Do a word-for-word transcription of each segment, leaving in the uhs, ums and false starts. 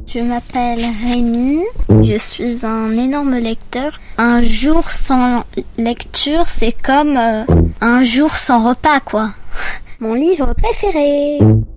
Je m'appelle Rémi, je suis un énorme lecteur. Un jour sans lecture, c'est comme euh, un jour sans repas, quoi. Mon livre préféré.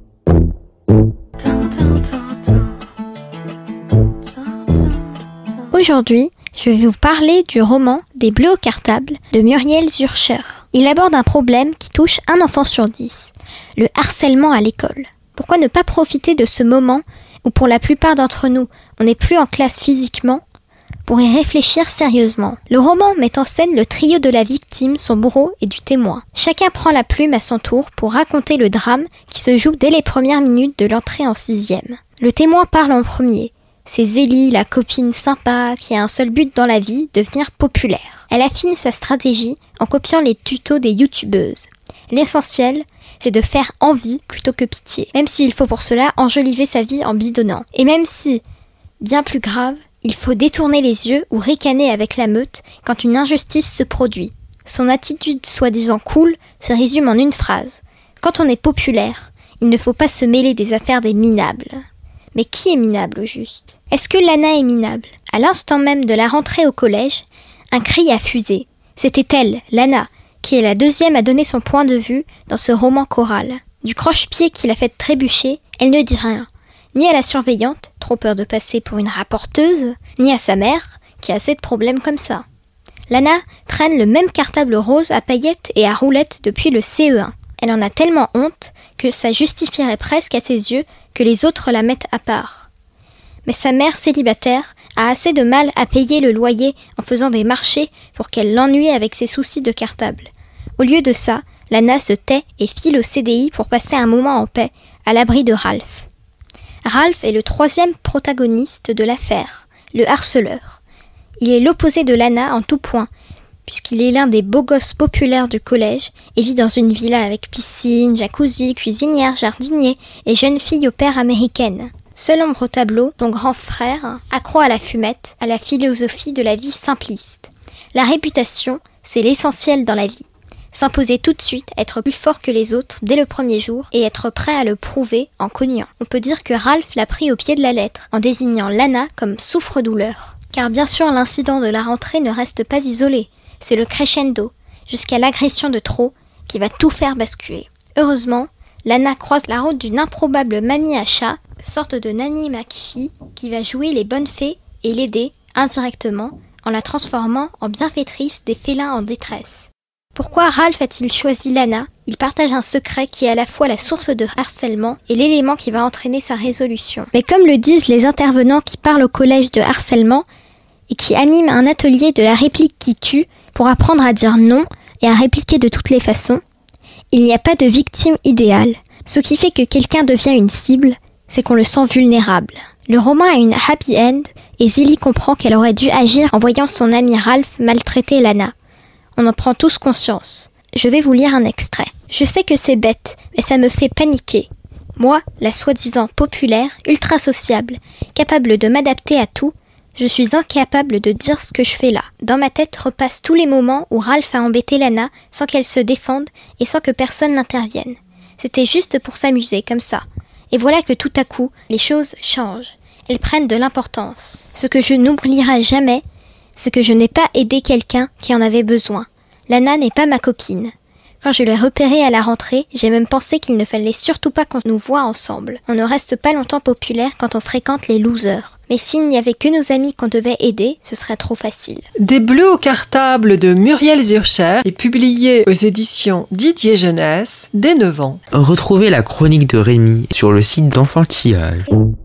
Aujourd'hui, je vais vous parler du roman Des Bleus au cartable de Muriel Zürcher. Il aborde un problème qui touche un enfant sur dix, le harcèlement à l'école. Pourquoi ne pas profiter de ce moment où pour la plupart d'entre nous, on n'est plus en classe physiquement, pour y réfléchir sérieusement. Le roman met en scène le trio de la victime, son bourreau et du témoin. Chacun prend la plume à son tour pour raconter le drame qui se joue dès les premières minutes de l'entrée en sixième. Le témoin parle en premier. C'est Zélie, la copine sympa qui a un seul but dans la vie, devenir populaire. Elle affine sa stratégie en copiant les tutos des youtubeuses. L'essentiel, c'est de faire envie plutôt que pitié, même s'il faut pour cela enjoliver sa vie en bidonnant. Et même si, bien plus grave, il faut détourner les yeux ou ricaner avec la meute quand une injustice se produit. Son attitude soi-disant cool se résume en une phrase. Quand on est populaire, il ne faut pas se mêler des affaires des minables. Mais qui est minable au juste ? Est-ce que Lana est minable ? À l'instant même de la rentrée au collège, un cri a fusé. C'était elle, Lana, qui est la deuxième à donner son point de vue dans ce roman choral. Du croche-pied qui l'a fait trébucher, elle ne dit rien. Ni à la surveillante, trop peur de passer pour une rapporteuse, ni à sa mère, qui a assez de problèmes comme ça. Lana traîne le même cartable rose à paillettes et à roulettes depuis le C E un. Elle en a tellement honte que ça justifierait presque à ses yeux que les autres la mettent à part. Mais sa mère célibataire a assez de mal à payer le loyer en faisant des marchés pour qu'elle l'ennuie avec ses soucis de cartable. Au lieu de ça, Lana se tait et file au C D I pour passer un moment en paix, à l'abri de Ralph. Ralph est le troisième protagoniste de l'affaire, le harceleur. Il est l'opposé de Lana en tout point, puisqu'il est l'un des beaux gosses populaires du collège et vit dans une villa avec piscine, jacuzzi, cuisinière, jardinier et jeune fille au père américaine. Seul ombre au tableau, ton grand frère, accro à la fumette, à la philosophie de la vie simpliste. La réputation, c'est l'essentiel dans la vie. S'imposer tout de suite, être plus fort que les autres dès le premier jour et être prêt à le prouver en cognant. On peut dire que Ralph l'a pris au pied de la lettre en désignant Lana comme souffre-douleur. Car bien sûr l'incident de la rentrée ne reste pas isolé, c'est le crescendo, jusqu'à l'agression de trop, qui va tout faire basculer. Heureusement, Lana croise la route d'une improbable mamie à chat, sorte de Nanny McPhee, qui va jouer les bonnes fées et l'aider, indirectement, en la transformant en bienfaitrice des félins en détresse. Pourquoi Ralph a-t-il choisi Lana ? Il partage un secret qui est à la fois la source de harcèlement et l'élément qui va entraîner sa résolution. Mais comme le disent les intervenants qui parlent au collège de harcèlement et qui animent un atelier de la réplique qui tue pour apprendre à dire non et à répliquer de toutes les façons, il n'y a pas de victime idéale. Ce qui fait que quelqu'un devient une cible, c'est qu'on le sent vulnérable. Le roman a une happy end et Zélie comprend qu'elle aurait dû agir en voyant son ami Ralph maltraiter Lana. On en prend tous conscience. Je vais vous lire un extrait. Je sais que c'est bête, mais ça me fait paniquer. Moi, la soi-disant populaire, ultra sociable, capable de m'adapter à tout, je suis incapable de dire ce que je fais là. Dans ma tête repassent tous les moments où Ralph a embêté Lana sans qu'elle se défende et sans que personne n'intervienne. C'était juste pour s'amuser, comme ça. Et voilà que tout à coup, les choses changent. Elles prennent de l'importance. Ce que je n'oublierai jamais, c'est que je n'ai pas aidé quelqu'un qui en avait besoin. Lana n'est pas ma copine. Quand je l'ai repérée à la rentrée, j'ai même pensé qu'il ne fallait surtout pas qu'on nous voie ensemble. On ne reste pas longtemps populaire quand on fréquente les losers. Mais s'il n'y avait que nos amis qu'on devait aider, ce serait trop facile. Des Bleus au cartable de Muriel Zürcher est publié aux éditions Didier Jeunesse dès neuf ans. Retrouvez la chronique de Rémi sur le site d'Enfantillage.